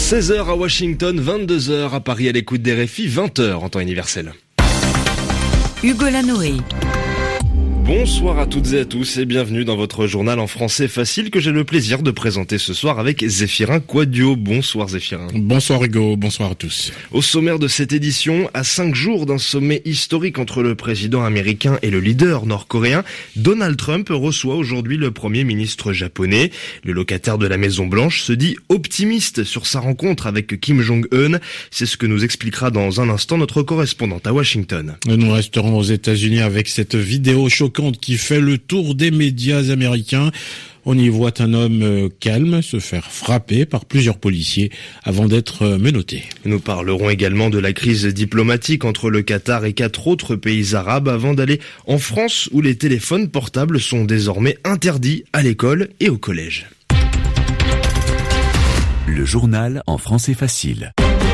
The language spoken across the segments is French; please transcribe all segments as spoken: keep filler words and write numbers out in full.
seize heures à Washington, vingt-deux heures à Paris à l'écoute des R F I, vingt heures en temps universel. Hugo Lanoé. Bonsoir à toutes et à tous et bienvenue dans votre journal en français facile que j'ai le plaisir de présenter ce soir avec Zéphirin Quadio. Bonsoir Zéphirin. Bonsoir Hugo, bonsoir à tous. Au sommaire de cette édition, à cinq jours d'un sommet historique entre le président américain et le leader nord-coréen, Donald Trump reçoit aujourd'hui le premier ministre japonais. Le locataire de la Maison Blanche se dit optimiste sur sa rencontre avec Kim Jong-un. C'est ce que nous expliquera dans un instant notre correspondante à Washington. Nous resterons aux États-Unis avec cette vidéo choquante qui fait le tour des médias américains. On y voit un homme calme se faire frapper par plusieurs policiers avant d'être menotté. Nous parlerons également de la crise diplomatique entre le Qatar et quatre autres pays arabes avant d'aller en France où les téléphones portables sont désormais interdits à l'école et au collège. Le journal en français facile.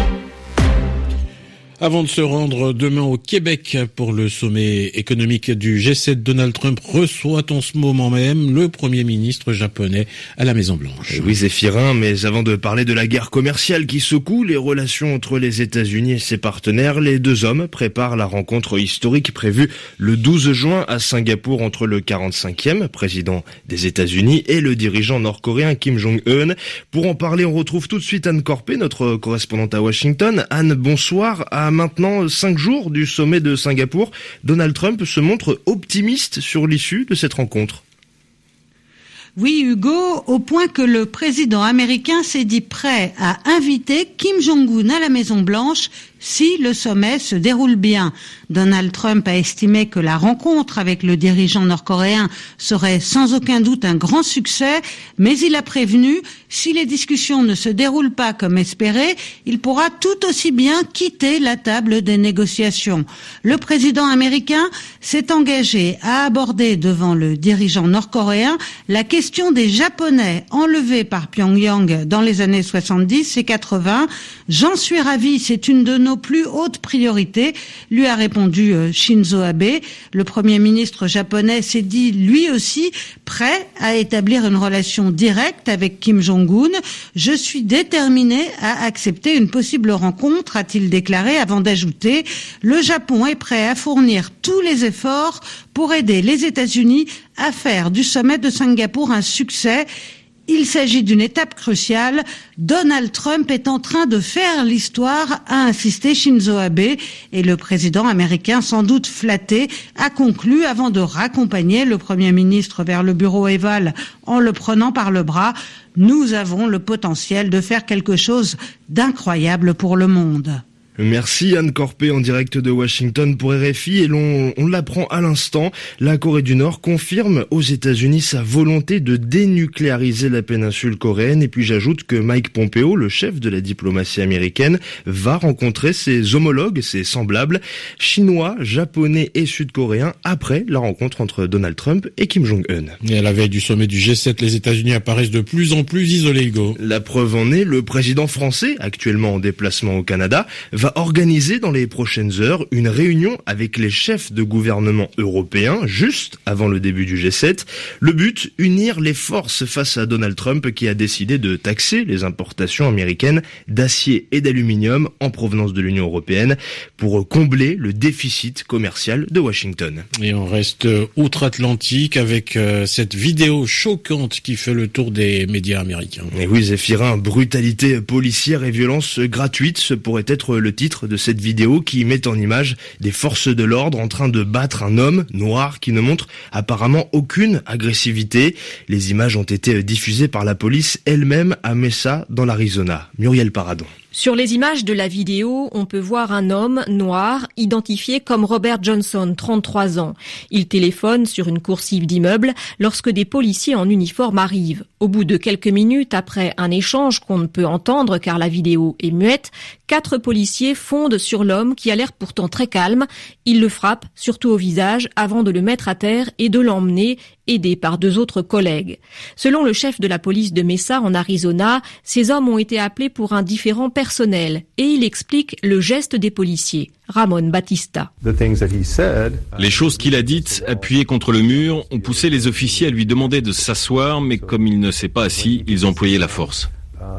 Avant de se rendre demain au Québec pour le sommet économique du G sept, Donald Trump reçoit en ce moment même le Premier ministre japonais à la Maison-Blanche. Oui, Zéphirin, mais avant de parler de la guerre commerciale qui secoue les relations entre les États-Unis et ses partenaires, les deux hommes préparent la rencontre historique prévue le douze juin à Singapour entre le quarante-cinquième président des États-Unis et le dirigeant nord-coréen Kim Jong-un. Pour en parler, on retrouve tout de suite Anne Corpé, notre correspondante à Washington. Anne, bonsoir. À maintenant cinq jours du sommet de Singapour, Donald Trump se montre optimiste sur l'issue de cette rencontre. Oui, Hugo, au point que le président américain s'est dit prêt à inviter Kim Jong-un à la Maison-Blanche si le sommet se déroule bien. Donald Trump a estimé que la rencontre avec le dirigeant nord-coréen serait sans aucun doute un grand succès, mais il a prévenu, si les discussions ne se déroulent pas comme espéré, il pourra tout aussi bien quitter la table des négociations. Le président américain s'est engagé à aborder devant le dirigeant nord-coréen la question des Japonais enlevés par Pyongyang dans les années soixante-dix et quatre-vingts. J'en suis ravi, c'est une de nos plus hautes priorités, lui a répondu Shinzo Abe. Le Premier ministre japonais s'est dit lui aussi prêt à établir une relation directe avec Kim Jong-un. Je suis déterminé à accepter une possible rencontre, a-t-il déclaré, avant d'ajouter « Le Japon est prêt à fournir tous les efforts pour aider les États-Unis à faire du sommet de Singapour un succès ». Il s'agit d'une étape cruciale. Donald Trump est en train de faire l'histoire, a insisté Shinzo Abe, et le président américain, sans doute flatté, a conclu avant de raccompagner le Premier ministre vers le bureau Oval en le prenant par le bras. Nous avons le potentiel de faire quelque chose d'incroyable pour le monde. Merci Anne Corpé en direct de Washington pour R F I et l'on on l'apprend à l'instant. La Corée du Nord confirme aux États-Unis sa volonté de dénucléariser la péninsule coréenne et puis j'ajoute que Mike Pompeo, le chef de la diplomatie américaine, va rencontrer ses homologues, ses semblables chinois, japonais et sud-coréens après la rencontre entre Donald Trump et Kim Jong-un. Et à la veille du sommet du G sept, les États-Unis apparaissent de plus en plus isolés, Hugo. La preuve en est, le président français, actuellement en déplacement au Canada, va organiser dans les prochaines heures une réunion avec les chefs de gouvernement européens juste avant le début du G sept. Le but, unir les forces face à Donald Trump qui a décidé de taxer les importations américaines d'acier et d'aluminium en provenance de l'Union européenne pour combler le déficit commercial de Washington. Et on reste outre-Atlantique avec euh, cette vidéo choquante qui fait le tour des médias américains. Et oui, Zéphirin, brutalité policière et violence gratuite, ce pourrait être le titre de cette vidéo qui met en image des forces de l'ordre en train de battre un homme noir qui ne montre apparemment aucune agressivité. Les images ont été diffusées par la police elle-même à Mesa dans l'Arizona. Muriel Paradon. Sur les images de la vidéo, on peut voir un homme noir identifié comme Robert Johnson, trente-trois ans. Il téléphone sur une coursive d'immeuble lorsque des policiers en uniforme arrivent. Au bout de quelques minutes, après un échange qu'on ne peut entendre car la vidéo est muette, quatre policiers fondent sur l'homme qui a l'air pourtant très calme. Ils le frappent, surtout au visage, avant de le mettre à terre et de l'emmener, aidé par deux autres collègues. Selon le chef de la police de Mesa en Arizona, ces hommes ont été appelés pour un différend personnel et il explique le geste des policiers. Ramon Batista. Les choses qu'il a dites, appuyées contre le mur, ont poussé les officiers à lui demander de s'asseoir, mais comme il ne s'est pas assis, ils ont employé la force.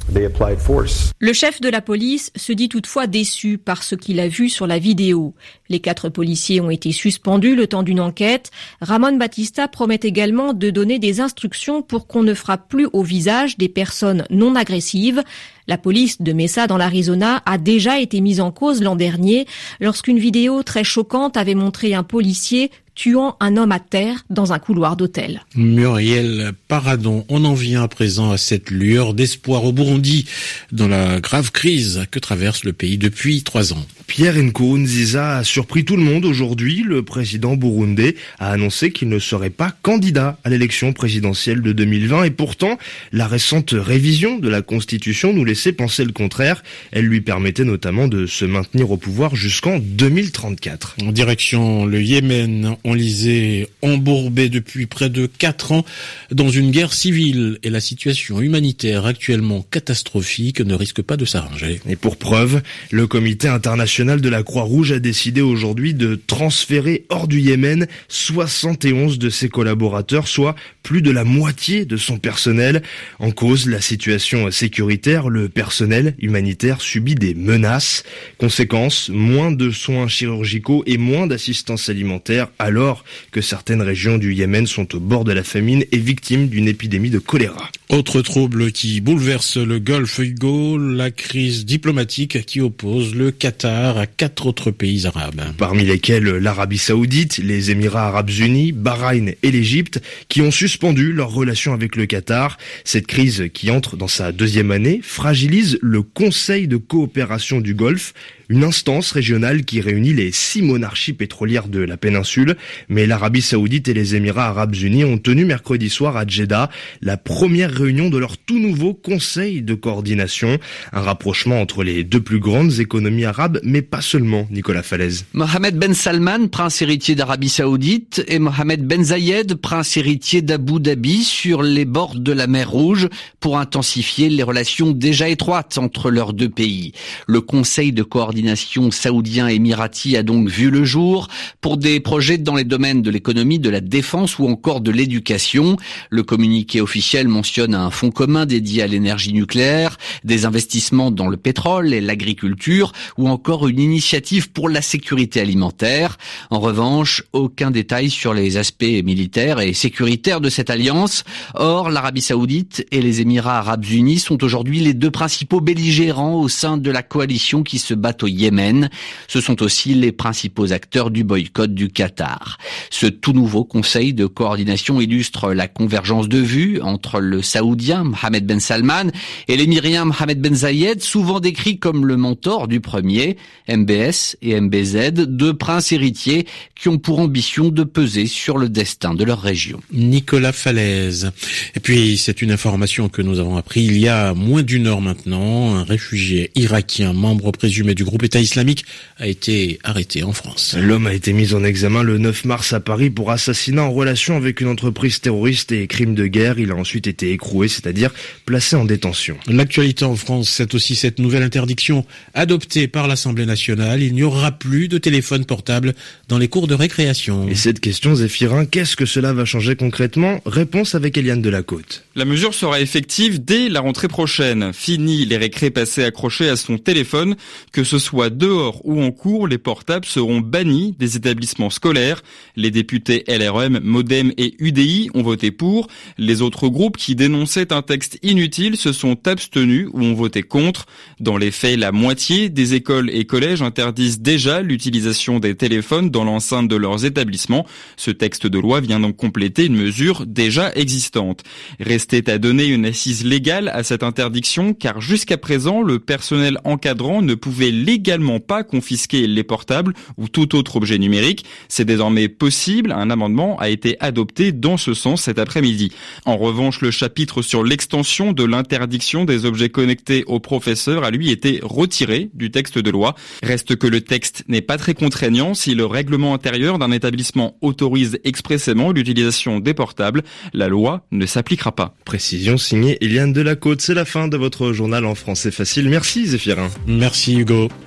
Le chef de la police se dit toutefois déçu par ce qu'il a vu sur la vidéo. Les quatre policiers ont été suspendus le temps d'une enquête. Ramon Batista promet également de donner des instructions pour qu'on ne frappe plus au visage des personnes non agressives. La police de Mesa dans l'Arizona a déjà été mise en cause l'an dernier lorsqu'une vidéo très choquante avait montré un policier tuant un homme à terre dans un couloir d'hôtel. Muriel Paradon, on en vient à présent à cette lueur d'espoir au Burundi dans la grave crise que traverse le pays depuis trois ans. Pierre Nkurunziza a surpris tout le monde aujourd'hui. Le président burundais a annoncé qu'il ne serait pas candidat à l'élection présidentielle de deux mille vingt et pourtant, la récente révision de la Constitution nous laissait penser le contraire. Elle lui permettait notamment de se maintenir au pouvoir jusqu'en deux mille trente-quatre. En direction le Yémen, on lisait embourbé depuis près de quatre ans dans une guerre civile et la situation humanitaire actuellement catastrophique ne risque pas de s'arranger. Et pour preuve, le comité international de la Croix-Rouge a décidé aujourd'hui de transférer hors du Yémen soixante et onze de ses collaborateurs, soit plus de la moitié de son personnel. En cause, la situation sécuritaire, le personnel humanitaire subit des menaces. Conséquence, moins de soins chirurgicaux et moins d'assistance alimentaire alors que certaines régions du Yémen sont au bord de la famine et victimes d'une épidémie de choléra. Autre trouble qui bouleverse le Golfe, Hugo, la crise diplomatique qui oppose le Qatar à quatre autres pays arabes. Parmi lesquels l'Arabie Saoudite, les Émirats Arabes Unis, Bahreïn et l'Égypte, qui ont suspendu leurs relations avec le Qatar. Cette crise qui entre dans sa deuxième année fragilise le Conseil de coopération du Golfe, une instance régionale qui réunit les six monarchies pétrolières de la péninsule. Mais l'Arabie Saoudite et les Émirats Arabes Unis ont tenu mercredi soir à Jeddah la première réunion de leur tout nouveau Conseil de coordination. Un rapprochement entre les deux plus grandes économies arabes, mais pas seulement, Nicolas Falaise. Mohamed Ben Salman, prince héritier d'Arabie Saoudite, et Mohamed Ben Zayed, prince héritier d'Abu Dhabi, sur les bords de la mer Rouge pour intensifier les relations déjà étroites entre leurs deux pays. Le Conseil de coordination saoudien émirati a donc vu le jour pour des projets dans les domaines de l'économie, de la défense ou encore de l'éducation. Le communiqué officiel mentionne un fonds commun dédié à l'énergie nucléaire, des investissements dans le pétrole et l'agriculture ou encore une initiative pour la sécurité alimentaire. En revanche, aucun détail sur les aspects militaires et sécuritaires de cette alliance. Or, l'Arabie Saoudite et les Émirats Arabes Unis sont aujourd'hui les deux principaux belligérants au sein de la coalition qui se bat au Yémen. Ce sont aussi les principaux acteurs du boycott du Qatar. Ce tout nouveau conseil de coordination illustre la convergence de vues entre le saoudien Mohamed Ben Salman et l'émirien Mohamed Ben Zayed, souvent décrit comme le mentor du premier. M B S et M B Z, deux princes héritiers qui ont pour ambition de peser sur le destin de leur région. Nicolas Falaise. Et puis, c'est une information que nous avons appris il y a moins d'une heure maintenant. Un réfugié irakien, membre présumé du groupe État islamique, a été arrêté en France. L'homme a été mis en examen le neuf mars à Paris pour assassinat en relation avec une entreprise terroriste et crime de guerre. Il a ensuite été écroué, c'est-à-dire placé en détention. L'actualité en France, c'est aussi cette nouvelle interdiction adoptée par l'Assemblée nationale. Il n'y aura plus de téléphone portable dans les cours de récréation. Et cette question, Zéphirin, qu'est-ce que cela va changer concrètement? Réponse avec Eliane Delacôte. La mesure sera effective dès la rentrée prochaine. Fini les récrés passés accrochés à son téléphone. Que ce soit dehors ou en cours, les portables seront bannis des établissements scolaires. Les députés L R M, Modem et U D I ont voté pour. Les autres groupes qui dénonçaient un texte inutile se sont abstenus ou ont voté contre. Dans les faits, la moitié des écoles et collèges interdisent déjà l'utilisation des téléphones dans l'enceinte de leurs établissements. Ce texte de loi vient donc compléter une mesure déjà existante. Restait à donner une assise légale à cette interdiction, car jusqu'à présent, le personnel encadrant ne pouvait légalement pas confisquer les portables ou tout autre objet numérique. C'est désormais possible. Un amendement a été adopté dans ce sens cet après-midi. En revanche, le chapitre sur l'extension de l'interdiction des objets connectés aux professeurs a lui été retiré du texte de loi. Reste que le texte n'est pas très contraignant si le règlement intérieur d'un établissement autorise expressément l'utilisation des portables. La loi ne s'appliquera pas. Précision signée Eliane Delacôte. C'est la fin de votre journal en français facile. Merci Zéphirin. Merci Hugo.